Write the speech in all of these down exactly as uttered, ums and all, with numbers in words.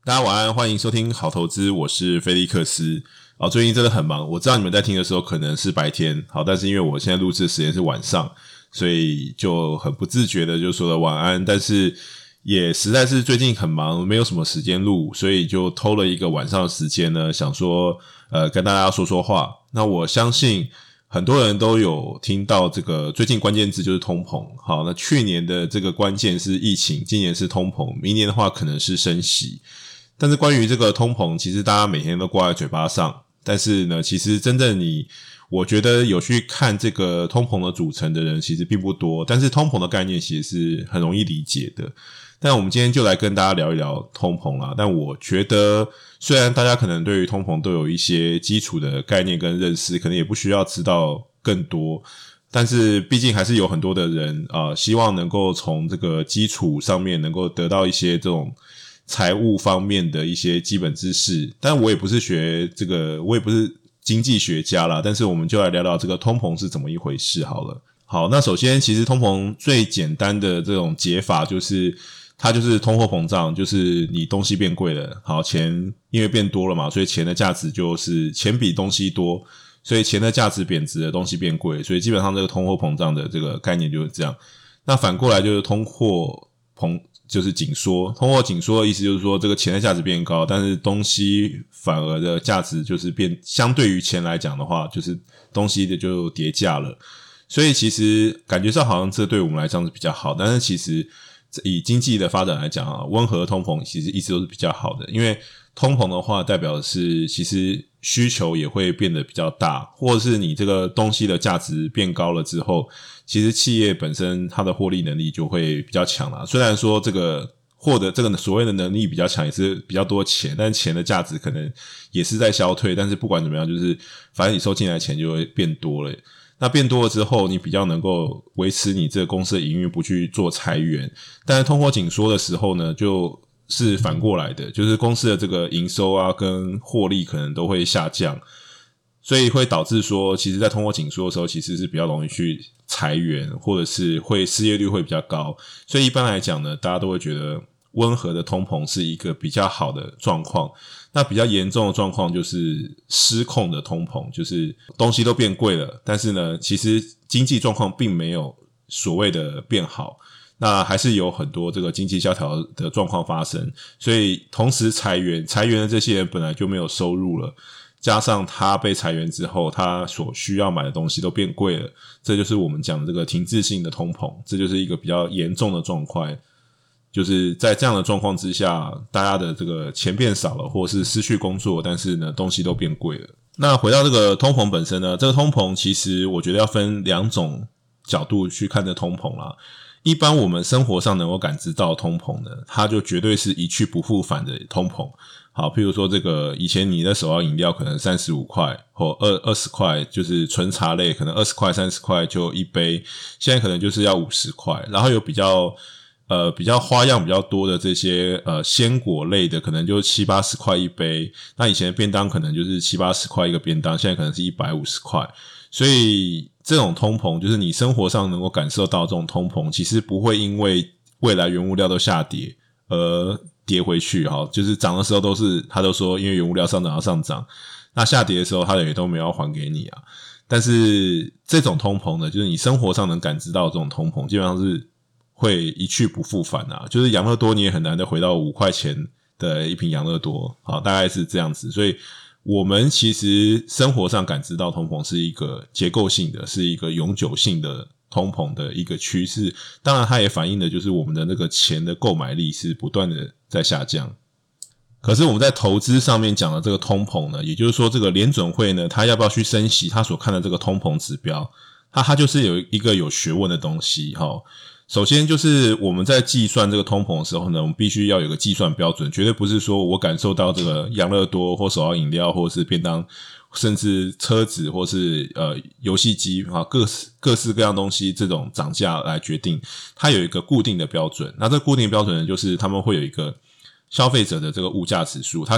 大家晚安，欢迎收听好投资，我是菲利克斯。哦，最近真的很忙，我知道你们在听的时候可能是白天，好，但是因为我现在录制的时间是晚上，所以就很不自觉的就说了晚安，但是也实在是最近很忙，没有什么时间录，所以就偷了一个晚上的时间呢，想说呃跟大家说说话。那我相信很多人都有听到这个最近关键字就是通膨。好，那去年的这个关键是疫情，今年是通膨，明年的话可能是升息。但是关于这个通膨，其实大家每天都挂在嘴巴上，但是呢，其实真正你我觉得有去看这个通膨的组成的人其实并不多，但是通膨的概念其实是很容易理解的。但我们今天就来跟大家聊一聊通膨啦。但我觉得虽然大家可能对于通膨都有一些基础的概念跟认识，可能也不需要知道更多，但是毕竟还是有很多的人啊、呃，希望能够从这个基础上面能够得到一些这种财务方面的一些基本知识。但我也不是学这个，我也不是经济学家啦，但是我们就来聊聊这个通膨是怎么一回事好了。好，那首先其实通膨最简单的这种解法就是它就是通货膨胀，就是你东西变贵了，好，钱因为变多了嘛，所以钱的价值就是钱比东西多，所以钱的价值贬值了，东西变贵，所以基本上这个通货膨胀的这个概念就是这样。那反过来就是通货膨就是紧缩，通货紧缩的意思就是说这个钱的价值变高，但是东西反而的价值就是变，相对于钱来讲的话，就是东西的就跌价了。所以其实感觉上好像这对我们来讲是比较好，但是其实以经济的发展来讲啊，温和通膨其实一直都是比较好的，因为通膨的话代表的是其实需求也会变得比较大，或者是你这个东西的价值变高了之后，其实企业本身它的获利能力就会比较强啦。虽然说这个获得这个所谓的能力比较强也是比较多钱，但钱的价值可能也是在消退，但是不管怎么样，就是反正你收进来的钱就会变多了。那变多了之后，你比较能够维持你这个公司的营运，不去做裁员。但是通货紧缩的时候呢，就是反过来的，就是公司的这个营收啊跟获利可能都会下降，所以会导致说其实在通货紧缩的时候其实是比较容易去裁员，或者是会失业率会比较高。所以一般来讲呢，大家都会觉得温和的通膨是一个比较好的状况。那比较严重的状况就是失控的通膨，就是东西都变贵了，但是呢其实经济状况并没有所谓的变好，那还是有很多这个经济萧条的状况发生，所以同时裁员裁员的这些人本来就没有收入了，加上他被裁员之后他所需要买的东西都变贵了，这就是我们讲的这个停滞性的通膨，这就是一个比较严重的状况。就是在这样的状况之下，大家的这个钱变少了，或是失去工作，但是呢东西都变贵了。那回到这个通膨本身呢，这个通膨其实我觉得要分两种角度去看这通膨啦。一般我们生活上能够感知到通膨呢，它就绝对是一去不复返的通膨。好，譬如说这个以前你的手摇饮料可能三十五块或二十块，就是纯茶类可能二十块三十块就一杯，现在可能就是要五十块。然后有比较呃，比较花样比较多的这些呃鲜果类的，可能就七八十块一杯。那以前的便当可能就是七八十块一个便当，现在可能是一百五十块。所以这种通膨，就是你生活上能够感受到这种通膨，其实不会因为未来原物料都下跌而跌回去哈。就是涨的时候都是他都说因为原物料上涨要上涨，那下跌的时候他也都没有要还给你啊。但是这种通膨呢，就是你生活上能感知到这种通膨，基本上是会一去不复返啊，就是养乐多你也很难再回到五块钱的一瓶养乐多，好，大概是这样子。所以我们其实生活上感知到通膨是一个结构性的，是一个永久性的通膨的一个趋势。当然它也反映的就是我们的那个钱的购买力是不断的在下降。可是我们在投资上面讲的这个通膨呢，也就是说这个联准会呢，它要不要去升息，它所看的这个通膨指标，它它就是有一个有学问的东西齁。首先就是我们在计算这个通膨的时候呢，我们必须要有个计算标准，绝对不是说我感受到这个养乐多或手摇饮料或是便当，甚至车子或是呃游戏机啊，各式各式各样东西这种涨价来决定，它有一个固定的标准。那这固定的标准呢，就是他们会有一个消费者的这个物价指数，它可能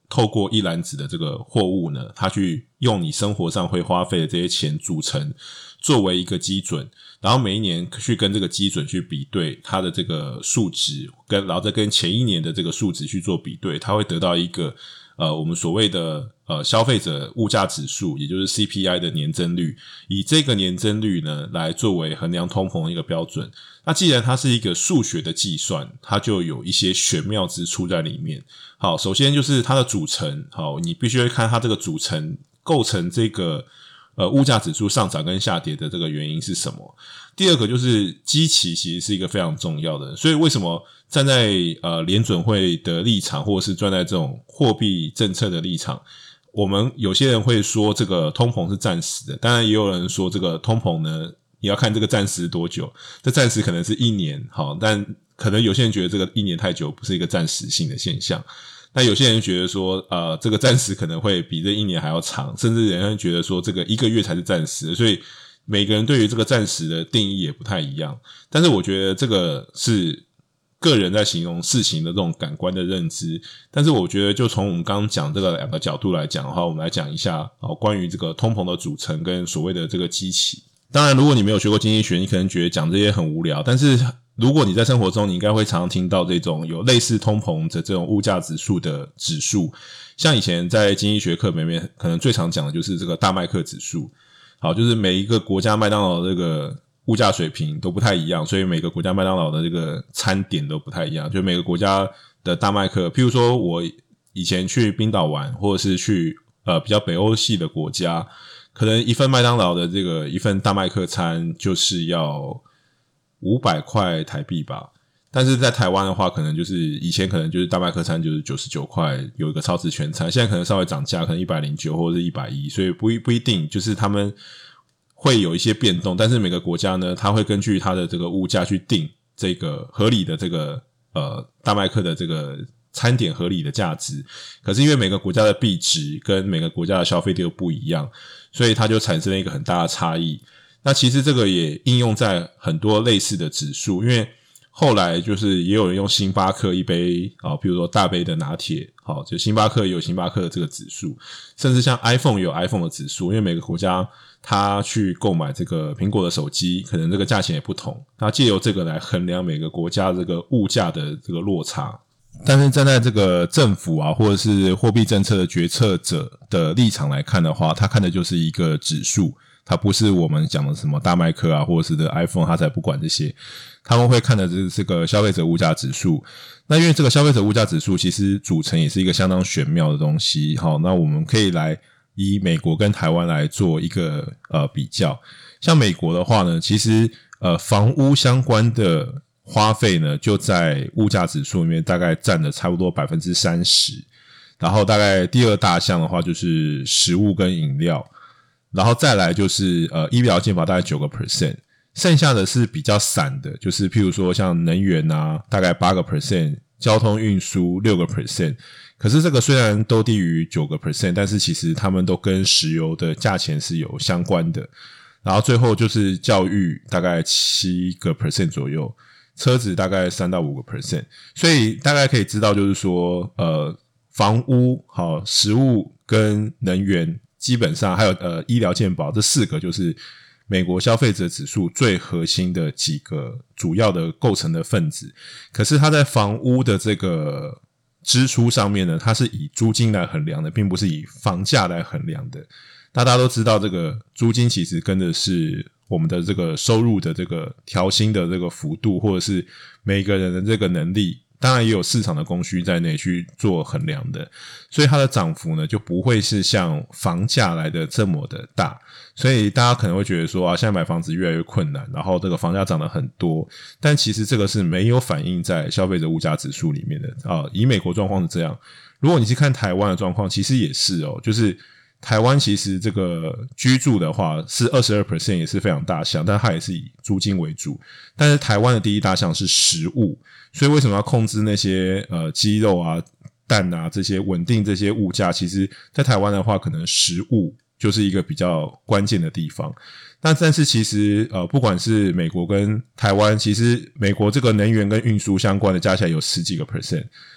透过一篮子的这个货物呢，它去用你生活上会花费的这些钱组成作为一个基准，然后每一年去跟这个基准去比对它的这个数值，跟然后再跟前一年的这个数值去做比对，它会得到一个呃我们所谓的呃消费者物价指数，也就是 C P I 的年增率，以这个年增率呢来作为衡量通膨的一个标准。那既然它是一个数学的计算，它就有一些玄妙之处在里面。好，首先就是它的组成，好，你必须会看它这个组成构成这个呃物价指数上涨跟下跌的这个原因是什么。第二个就是基期其实是一个非常重要的，所以为什么站在呃联准会的立场，或者是站在这种货币政策的立场，我们有些人会说这个通膨是暂时的，当然也有人说这个通膨呢，你要看这个暂时多久，这暂时可能是一年，好，但可能有些人觉得这个一年太久不是一个暂时性的现象，那有些人觉得说呃这个暂时可能会比这一年还要长，甚至有人觉得说这个一个月才是暂时的，所以每个人对于这个暂时的定义也不太一样。但是我觉得这个是个人在形容事情的这种感官的认知，但是我觉得就从我们刚刚讲这个两个角度来讲的话，我们来讲一下哦，关于这个通膨的组成跟所谓的这个基期。当然如果你没有学过经济学，你可能觉得讲这些很无聊，但是如果你在生活中，你应该会常常听到这种有类似通膨的这种物价指数的指数，像以前在经济学课里面可能最常讲的就是这个大麦克指数。好，就是每一个国家麦当劳的这个物价水平都不太一样，所以每个国家麦当劳的这个餐点都不太一样，就每个国家的大麦克，譬如说我以前去冰岛玩，或者是去呃比较北欧系的国家，可能一份麦当劳的这个一份大麦克餐就是要五百块台币吧，但是在台湾的话可能就是以前可能就是大麦克餐就是九十九块有一个超值全餐，现在可能稍微涨价，可能一百零九或者是一百一十，所以不不一定，就是他们会有一些变动，但是每个国家呢，它会根据它的这个物价去定这个合理的这个呃大麦克的这个餐点合理的价值。可是因为每个国家的币值跟每个国家的消费都不一样，所以它就产生了一个很大的差异。那其实这个也应用在很多类似的指数，因为后来就是也有人用星巴克一杯啊，比如说大杯的拿铁，好，就星巴克也有星巴克的这个指数，甚至像 iPhone 也有 iPhone 的指数，因为每个国家它去购买这个苹果的手机，可能这个价钱也不同，那借由这个来衡量每个国家这个物价的这个落差。但是站在这个政府啊，或者是货币政策的决策者的立场来看的话，他看的就是一个指数，它不是我们讲的什么大麦克啊，或者是的 iPhone， 他才不管这些，他们会看的是这个消费者物价指数。那因为这个消费者物价指数其实组成也是一个相当玄妙的东西，好，那我们可以来以美国跟台湾来做一个呃比较。像美国的话呢，其实呃房屋相关的花费呢，就在物价指数里面大概占了差不多 百分之三十， 然后大概第二大项的话就是食物跟饮料，然后再来就是呃医疗健保大概 百分之九， 剩下的是比较散的，就是譬如说像能源啊大概 百分之八， 交通运输 百分之六， 可是这个虽然都低于 百分之九， 但是其实他们都跟石油的价钱是有相关的。然后最后就是教育大概 百分之七 左右，车子大概 百分之三到五， 所以大概可以知道就是说呃房屋好食物跟能源基本上还有呃医疗健保这四个就是美国消费者指数最核心的几个主要的构成的分子。可是它在房屋的这个支出上面呢，它是以租金来衡量的，并不是以房价来衡量的。大家都知道这个租金其实跟的是我们的这个收入的这个调薪的这个幅度，或者是每个人的这个能力，当然也有市场的供需在内去做衡量的，所以它的涨幅呢就不会是像房价来的这么的大。所以大家可能会觉得说啊，现在买房子越来越困难，然后这个房价涨得很多，但其实这个是没有反映在消费者物价指数里面的啊。以美国状况是这样，如果你去看台湾的状况，其实也是哦，就是台湾其实这个居住的话是 百分之二十二 也是非常大项，但它也是以租金为主。但是台湾的第一大项是食物，所以为什么要控制那些呃鸡肉啊、蛋啊这些稳定这些物价，其实在台湾的话可能食物就是一个比较关键的地方。那但是其实呃不管是美国跟台湾，其实美国这个能源跟运输相关的加起来有十几个 percent，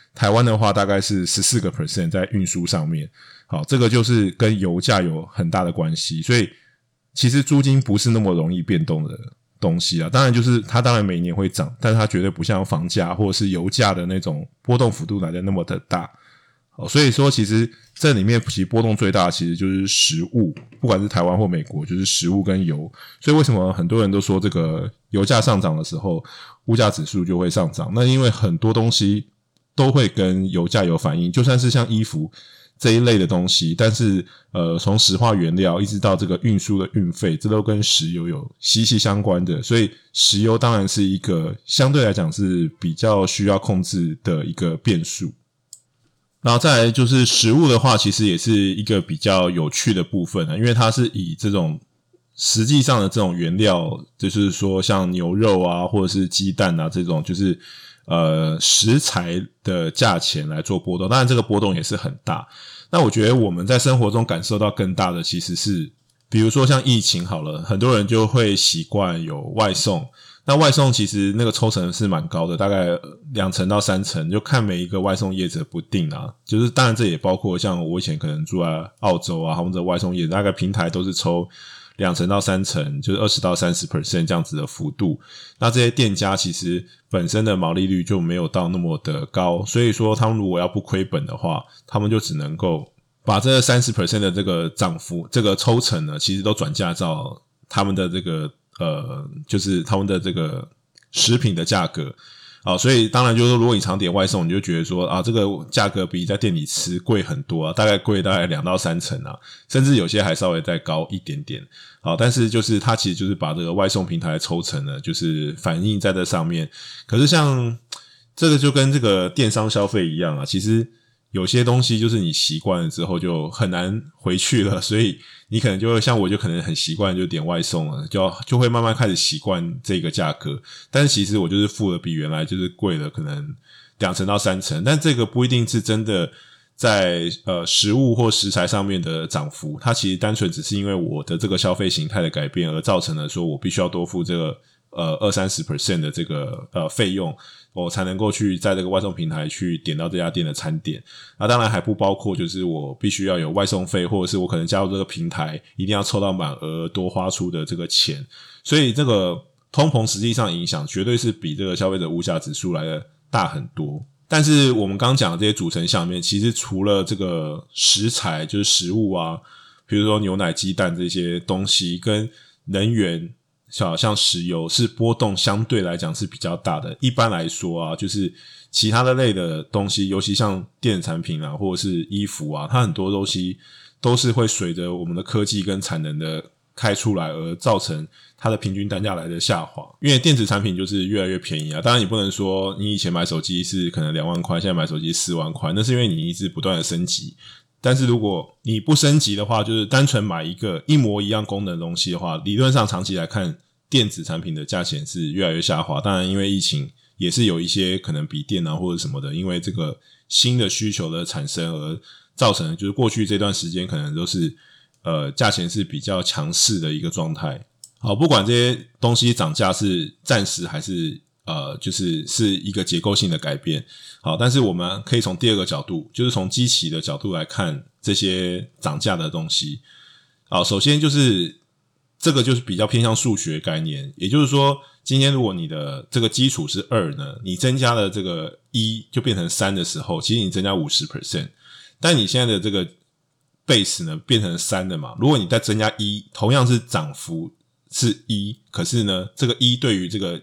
台湾的话大概是 百分之十四 在运输上面。好，这个就是跟油价有很大的关系，所以其实租金不是那么容易变动的东西啊。当然就是它当然每年会涨，但是它绝对不像房价或者是油价的那种波动幅度来的那么的大。好，所以说其实这里面其实波动最大的其实就是食物，不管是台湾或美国，就是食物跟油。所以为什么很多人都说这个油价上涨的时候物价指数就会上涨，那因为很多东西都会跟油价有反应，就算是像衣服这一类的东西，但是呃，从石化原料一直到这个运输的运费，这都跟石油有息息相关的，所以石油当然是一个相对来讲是比较需要控制的一个变数。然后再来就是食物的话，其实也是一个比较有趣的部分啊，因为它是以这种实际上的这种原料，就是说像牛肉啊或者是鸡蛋啊这种就是呃食材的价钱来做波动，当然这个波动也是很大。那我觉得我们在生活中感受到更大的其实是比如说像疫情好了，很多人就会习惯有外送，那外送其实那个抽成是蛮高的，大概两成到三成，就看每一个外送业者不定啊。就是当然这也包括像我以前可能住在澳洲啊，或者外送业者大概平台都是抽两成到三成，就是 百分之二十到三十 这样子的幅度。那这些店家其实本身的毛利率就没有到那么的高，所以说他们如果要不亏本的话，他们就只能够把这 百分之三十 的这个涨幅这个抽成呢，其实都转嫁到他们的这个呃，就是他们的这个食品的价格。好，所以当然就是说如果你常点外送，你就觉得说啊，这个价格比在店里吃贵很多啊，大概贵大概两到三成啊，甚至有些还稍微再高一点点。好，但是就是它其实就是把这个外送平台的抽成呢，就是反映在这上面。可是像这个就跟这个电商消费一样啊，其实有些东西就是你习惯了之后就很难回去了，所以你可能就会像我就可能很习惯就点外送了，就就会慢慢开始习惯这个价格。但是其实我就是付了比原来就是贵了可能两成到三成，但这个不一定是真的在呃食物或食材上面的涨幅，它其实单纯只是因为我的这个消费形态的改变而造成了说我必须要多付这个呃二三十 percent 的这个呃费用，我才能够去在这个外送平台去点到这家店的餐点。那当然还不包括就是我必须要有外送费，或者是我可能加入这个平台一定要凑到满额多花出的这个钱。所以这个通膨实际上影响绝对是比这个消费者物价指数来的大很多。但是我们刚刚讲的这些组成项面，其实除了这个食材就是食物啊，比如说牛奶鸡蛋这些东西跟能源像石油是波动相对来讲是比较大的。一般来说啊，就是其他的类的东西，尤其像电子产品啊或者是衣服啊，它很多东西都是会随着我们的科技跟产能的开出来而造成它的平均单价来的下滑。因为电子产品就是越来越便宜啊，当然你不能说你以前买手机是可能两万块，现在买手机四万块，那是因为你一直不断的升级。但是如果你不升级的话，就是单纯买一个一模一样功能的东西的话，理论上长期来看电子产品的价钱是越来越下滑。当然因为疫情也是有一些可能笔电啊或者什么的，因为这个新的需求的产生而造成，就是过去这段时间可能都是呃价钱是比较强势的一个状态。好，不管这些东西涨价是暂时还是呃就是是一个结构性的改变。好，但是我们可以从第二个角度，就是从基期的角度来看这些涨价的东西。好，首先就是这个就是比较偏向数学概念，也就是说今天如果你的这个基础是二呢，你增加了这个一就变成三的时候，其实你增加 百分之五十， 但你现在的这个 base 呢变成三的嘛，如果你再增加一，同样是涨幅是一，可是呢这个一对于这个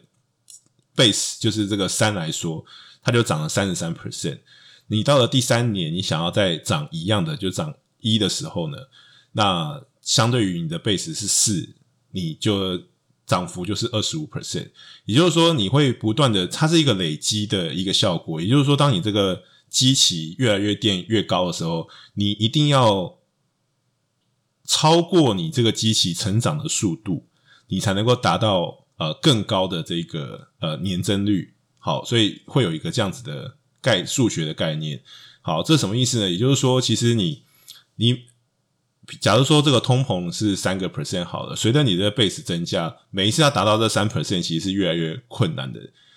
base 就是这个三来说它就涨了 百分之三十三。 你到了第三年你想要再涨一样的就涨一的时候呢，那相对于你的 base 是四，你就涨幅就是 百分之二十五。 也就是说你会不断的，它是一个累积的一个效果。也就是说当你这个基期越来越垫越高的时候，你一定要超过你这个基期成长的速度，你才能够达到呃更高的这个呃年增率。好，所以会有一个这样子的概数学的概念。好，这什么意思呢？也就是说其实你你假如说这个通膨是 百分之三 好了，随着你的 base 增加，每一次要达到这 百分之三 其实是越来越困难的。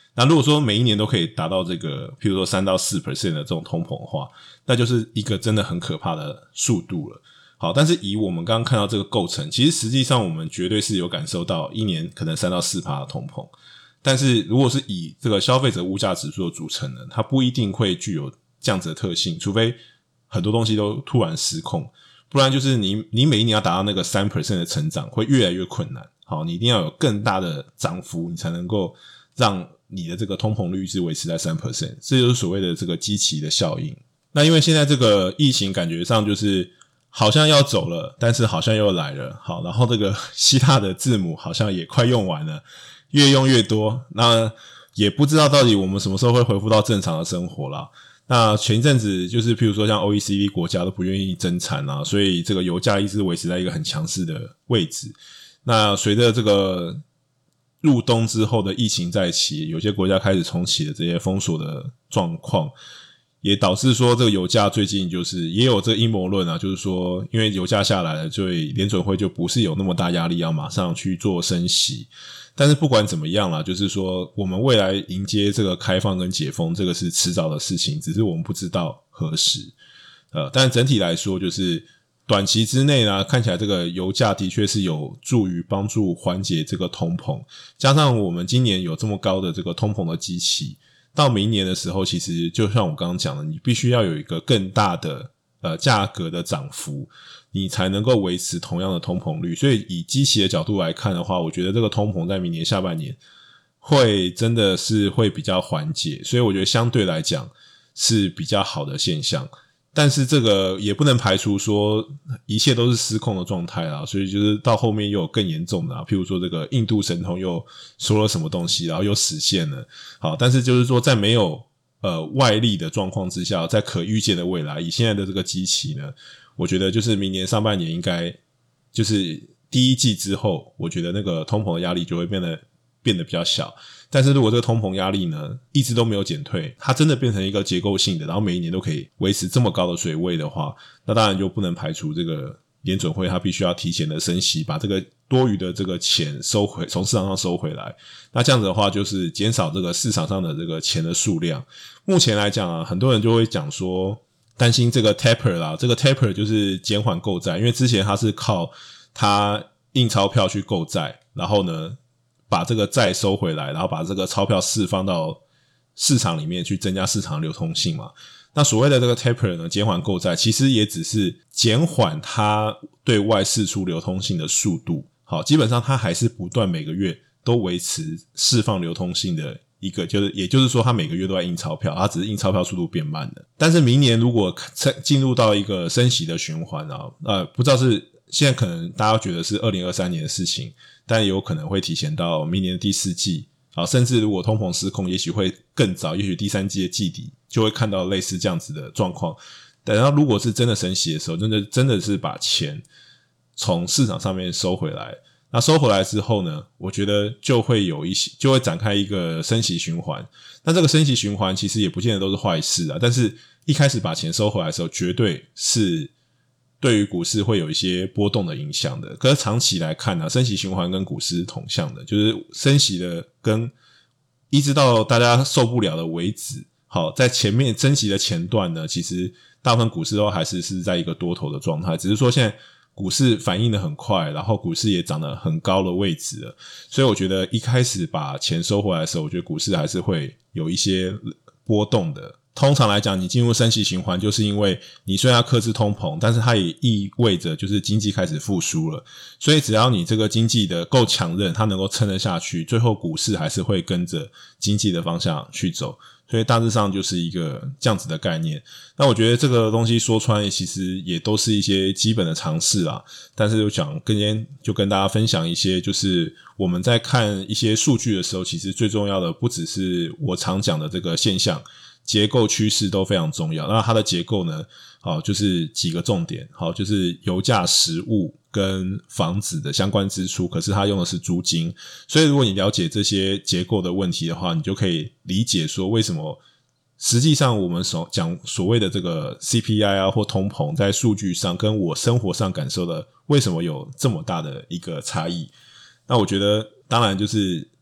那如果说每一年都可以达到这个譬如说 百分之三到百分之四 的这种通膨的话，那就是一个真的很可怕的速度了。好，但是以我们刚刚看到这个构成，其实实际上我们绝对是有感受到一年可能 百分之三到百分之四 的通膨。但是如果是以这个消费者物价指数的组成呢，它不一定会具有这样子的特性，除非很多东西都突然失控，不然就是你你每一年要达到那个 百分之三 的成长会越来越困难。好，你一定要有更大的涨幅，你才能够让你的这个通膨率是维持在 百分之三， 这就是所谓的这个基期的效应。那因为现在这个疫情感觉上就是好像要走了，但是好像又来了。好，然后这个希腊的字母好像也快用完了，越用越多，那也不知道到底我们什么时候会恢复到正常的生活啦。那前一阵子就是譬如说像 O E C D 国家都不愿意增产啊，所以这个油价一直维持在一个很强势的位置。那随着这个入冬之后的疫情再起，有些国家开始重启了这些封锁的状况，也导致说这个油价最近就是也有这个阴谋论啊，就是说因为油价下来了，所以联准会就不是有那么大压力要马上去做升息。但是不管怎么样啦，就是说我们未来迎接这个开放跟解封，这个是迟早的事情，只是我们不知道何时。呃，但整体来说就是短期之内呢，看起来这个油价的确是有助于帮助缓解这个通膨，加上我们今年有这么高的这个通膨的基期，到明年的时候，其实就像我刚刚讲的，你必须要有一个更大的呃价格的涨幅，你才能够维持同样的通膨率。所以以基期的角度来看的话，我觉得这个通膨在明年下半年会真的是会比较缓解，所以我觉得相对来讲是比较好的现象。但是这个也不能排除说一切都是失控的状态啦，所以就是到后面又有更严重的啊，譬如说这个印度神童又说了什么东西，然后又实现了。好，但是就是说在没有呃外力的状况之下，在可预见的未来，以现在的这个基期呢，我觉得就是明年上半年应该就是第一季之后，我觉得那个通膨的压力就会变得变得比较小。但是如果这个通膨压力呢一直都没有减退，它真的变成一个结构性的，然后每一年都可以维持这么高的水位的话，那当然就不能排除这个联准会它必须要提前的升息，把这个多余的这个钱收回，从市场上收回来。那这样子的话就是减少这个市场上的这个钱的数量。目前来讲啊，很多人就会讲说担心这个 taper 啦，这个 taper 就是减缓购债，因为之前它是靠它印钞票去购债，然后呢把这个债收回来，然后把这个钞票释放到市场里面去增加市场流通性嘛。那所谓的这个 taper 呢，减缓购债其实也只是减缓它对外释出流通性的速度。好，基本上它还是不断每个月都维持释放流通性的一个，就是也就是说它每个月都在印钞票，它只是印钞票速度变慢了。但是明年如果进入到一个升息的循环啊，呃，不知道是现在可能大家觉得是二零二三年的事情，但也有可能会提前到明年的第四季啊，甚至如果通膨失控，也许会更早，也许第三季的季底就会看到类似这样子的状况。等到如果是真的升息的时候，真的真的是把钱从市场上面收回来，那收回来之后呢，我觉得就会有一些就会展开一个升息循环。那这个升息循环其实也不见得都是坏事啊，但是一开始把钱收回来的时候，绝对是对于股市会有一些波动的影响的。可是长期来看啊，升息循环跟股市是同向的，就是升息的跟一直到大家受不了的为止。好，在前面升息的前段呢，其实大部分股市都还是是在一个多头的状态，只是说现在股市反应的很快，然后股市也涨得很高的位置了，所以我觉得一开始把钱收回来的时候，我觉得股市还是会有一些波动的。通常来讲，你进入升息循环，就是因为你虽然要克制通膨，但是它也意味着就是经济开始复苏了，所以只要你这个经济的够强韧，它能够撑得下去，最后股市还是会跟着经济的方向去走，所以大致上就是一个这样子的概念。那我觉得这个东西说穿其实也都是一些基本的常识啦，但是我想今天就跟大家分享一些，就是我们在看一些数据的时候，其实最重要的不只是我常讲的这个现象，结构趋势都非常重要。那它的结构呢，好，就是几个重点，好，就是油价、食物跟房子的相关支出，可是它用的是租金。所以如果你了解这些结构的问题的话，你就可以理解说为什么实际上我们所讲所谓的这个 C P I 啊或通膨，在数据上跟我生活上感受的为什么有这么大的一个差异。那我觉得当然就是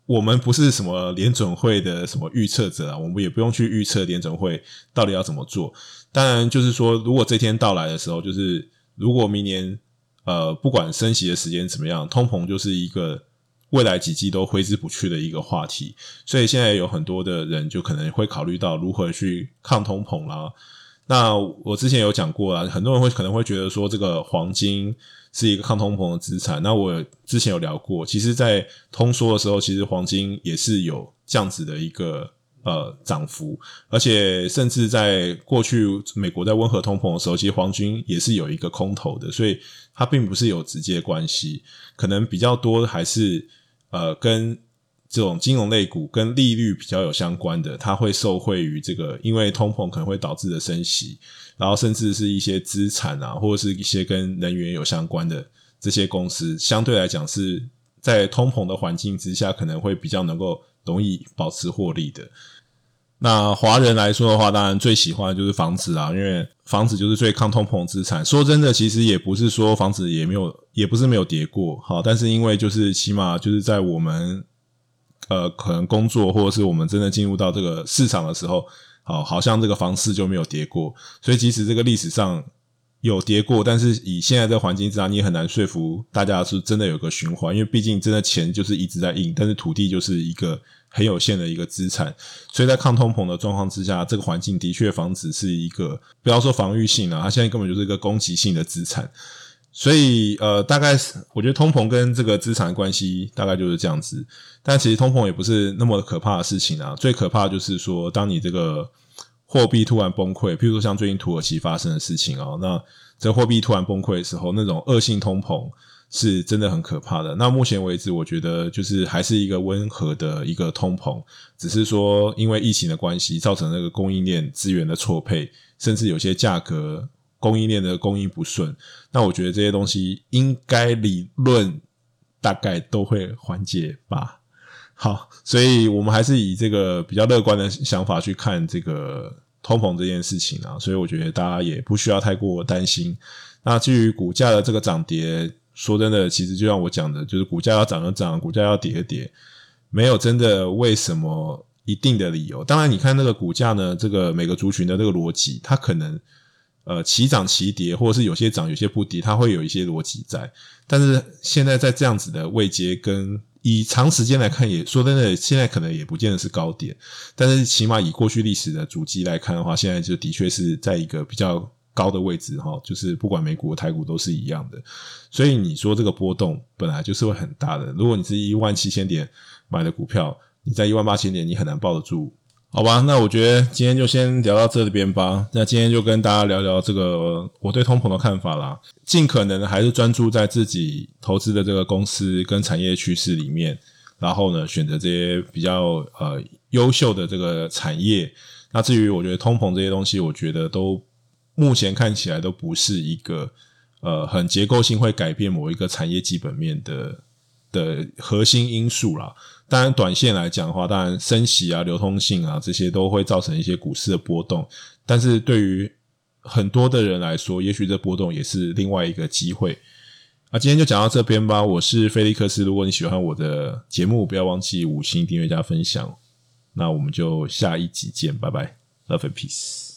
我们不是什么联准会的什么预测者啊，我们也不用去预测联准会到底要怎么做。当然就是说，如果这天到来的时候，就是如果明年呃不管升息的时间怎么样，通膨就是一个未来几季都挥之不去的一个话题。所以现在有很多的人就可能会考虑到如何去抗通膨啦。那我之前有讲过啦，很多人会可能会觉得说这个黄金是一个抗通膨的资产。那我之前有聊过，其实在通缩的时候，其实黄金也是有这样子的一个呃涨幅，而且甚至在过去美国在温和通膨的时候，其实黄金也是有一个空头的，所以它并不是有直接关系，可能比较多还是呃跟这种金融类股跟利率比较有相关的，它会受惠于这个因为通膨可能会导致的升息，然后甚至是一些资产啊，或者是一些跟能源有相关的这些公司，相对来讲是在通膨的环境之下可能会比较能够容易保持获利的。那华人来说的话，当然最喜欢的就是房子啊，因为房子就是最抗通膨资产。说真的，其实也不是说房子也没有，也不是没有跌过，好，但是因为就是起码就是在我们呃可能工作或者是我们真的进入到这个市场的时候，好，好像这个房市就没有跌过，所以即使这个历史上有跌过，但是以现在这个环境之下，你也很难说服大家是真的有个循环，因为毕竟真的钱就是一直在印，但是土地就是一个很有限的一个资产，所以在抗通膨的状况之下，这个环境的确房子是一个不要说防御性啊，它现在根本就是一个攻击性的资产。所以呃，大概我觉得通膨跟这个资产的关系大概就是这样子，但其实通膨也不是那么可怕的事情啊，最可怕的就是说当你这个货币突然崩溃，譬如说像最近土耳其发生的事情啊，那这货币突然崩溃的时候，那种恶性通膨是真的很可怕的。那目前为止我觉得就是还是一个温和的一个通膨，只是说因为疫情的关系造成那个供应链资源的错配，甚至有些价格供应链的供应不顺，那我觉得这些东西应该理论大概都会缓解吧。好，所以我们还是以这个比较乐观的想法去看这个通膨这件事情啊，所以我觉得大家也不需要太过担心。那至于股价的这个涨跌，说真的，其实就像我讲的，就是股价要涨就涨，股价要跌就跌，没有真的为什么一定的理由。当然你看那个股价呢，这个每个族群的这个逻辑，它可能呃齐涨齐跌，或者是有些涨有些不跌，它会有一些逻辑在。但是现在在这样子的位阶跟以长时间来看也，说真的现在可能也不见得是高点，但是起码以过去历史的足迹来看的话，现在就的确是在一个比较高的位置，就是不管美股和台股都是一样的。所以你说这个波动本来就是会很大的，如果你是一万七千点买的股票，你在一万八千点你很难抱得住。好吧，那我觉得今天就先聊到这边吧。那今天就跟大家聊聊这个我对通膨的看法啦，尽可能还是专注在自己投资的这个公司跟产业趋势里面，然后呢选择这些比较呃优秀的这个产业。那至于我觉得通膨这些东西，我觉得都目前看起来都不是一个呃很结构性会改变某一个产业基本面的的核心因素啦。当然短线来讲的话，当然升息啊流通性啊这些都会造成一些股市的波动，但是对于很多的人来说，也许这波动也是另外一个机会。那今天就讲到这边吧，我是菲利克斯，如果你喜欢我的节目，不要忘记五星订阅加分享，那我们就下一集见，拜拜 Love and Peace。